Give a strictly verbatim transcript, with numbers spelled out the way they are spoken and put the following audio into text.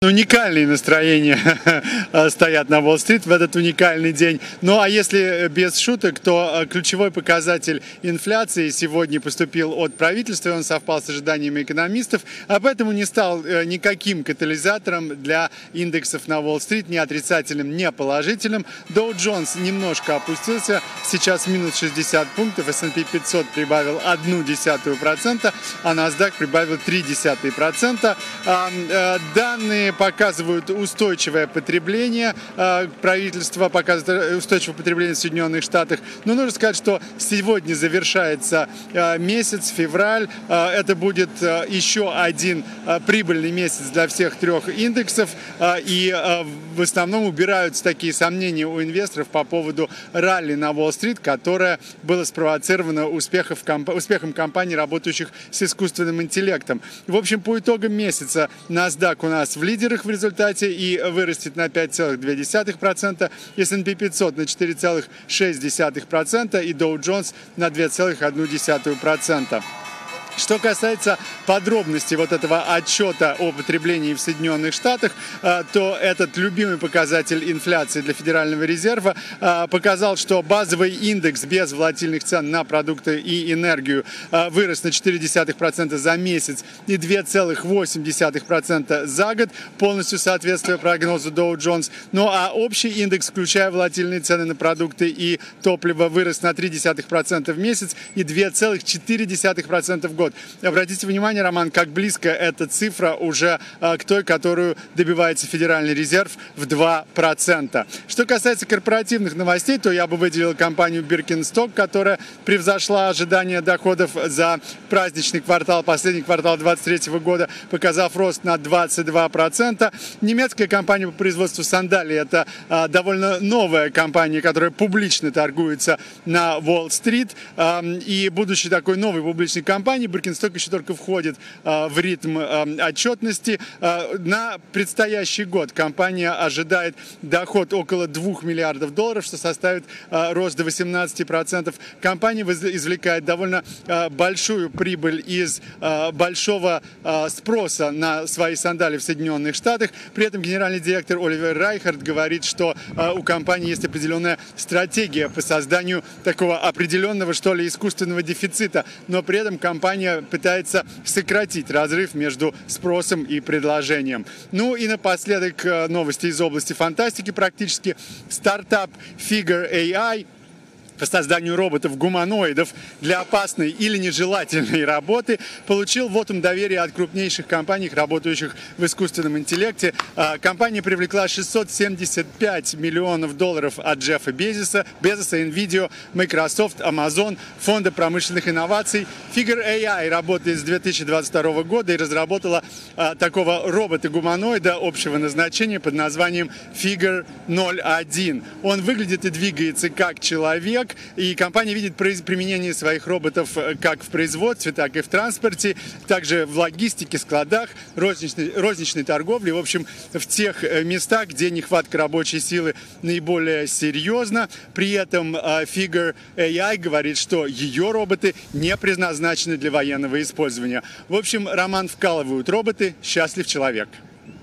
Уникальные настроения стоят на Уолл-стрит в этот уникальный день. Ну а если без шуток, то ключевой показатель инфляции сегодня поступил от правительства, и он совпал с ожиданиями экономистов, а поэтому не стал никаким катализатором для индексов на Уолл-стрит, ни отрицательным, ни положительным. Dow Jones немножко опустился, сейчас минус шестьдесят пунктов, эс энд пи пятьсот прибавил одну десятую процента, а NASDAQ прибавил три десятых процента. Данные показывают устойчивое потребление, правительство показывает устойчивое потребление в Соединенных Штатах. Но нужно сказать, что сегодня завершается месяц, февраль. Это будет еще один прибыльный месяц для всех трех индексов. И в основном убираются такие сомнения у инвесторов по поводу ралли на Уолл-стрит, которое было спровоцировано успехом компаний, работающих с искусственным интеллектом. В общем, по итогам месяца NASDAQ у нас в лидерах в результате и вырастет на пять целых две десятых процента, эс энд пи пятьсот на четыре целых шесть десятых процента и Dow Jones на две целых одну десятую процента. Что касается подробностей вот этого отчета о потреблении в Соединенных Штатах, то этот любимый показатель инфляции для Федерального резерва показал, что базовый индекс без волатильных цен на продукты и энергию вырос на четыре десятых процента за месяц и две целых восемь десятых процента за год, полностью соответствуя прогнозу Dow Jones. Ну а общий индекс, включая волатильные цены на продукты и топливо, вырос на три десятых процента в месяц и две целых четыре десятых процента в год. Обратите внимание, Роман, как близко эта цифра уже а, к той, которую добивается Федеральный резерв в два процента. Что касается корпоративных новостей, то я бы выделил компанию Birkenstock, которая превзошла ожидания доходов за праздничный квартал, последний квартал две тысячи двадцать третьего года, показав рост на двадцать два процента. Немецкая компания по производству сандалий – это а, довольно новая компания, которая публично торгуется на Уолл-стрит. А, и будучи такой новой публичной компанией, Birkenstock еще только входит а, в ритм а, отчетности. А, на предстоящий год компания ожидает доход около двух миллиардов долларов, что составит а, рост до восемнадцати процентов. Компания извлекает довольно а, большую прибыль из а, большого а, спроса на свои сандалии в Соединенных Штатах. При этом генеральный директор Оливер Райхард говорит, что а, у компании есть определенная стратегия по созданию такого определенного, что ли, искусственного дефицита, но при этом компания пытается сократить разрыв между спросом и предложением. Ну и напоследок новости из области фантастики практически. Стартап Figure эй ай по созданию роботов-гуманоидов для опасной или нежелательной работы получил вотум доверия от крупнейших компаний, работающих в искусственном интеллекте. Компания привлекла шестьсот семьдесят пять миллионов долларов от Джеффа Безоса, Безоса, Nvidia, Microsoft, Amazon, Фонда промышленных инноваций. Figure эй ай работает с две тысячи двадцать второго года и разработала такого робота-гуманоида общего назначения под названием Figure ноль один. Он выглядит и двигается как человек, и компания видит применение своих роботов как в производстве, так и в транспорте, также в логистике, складах, розничной, розничной торговле, в общем, в тех местах, где нехватка рабочей силы наиболее серьезна. При этом Figure эй ай говорит, что ее роботы не предназначены для военного использования. В общем, Роман, вкалывают роботы, счастлив человек.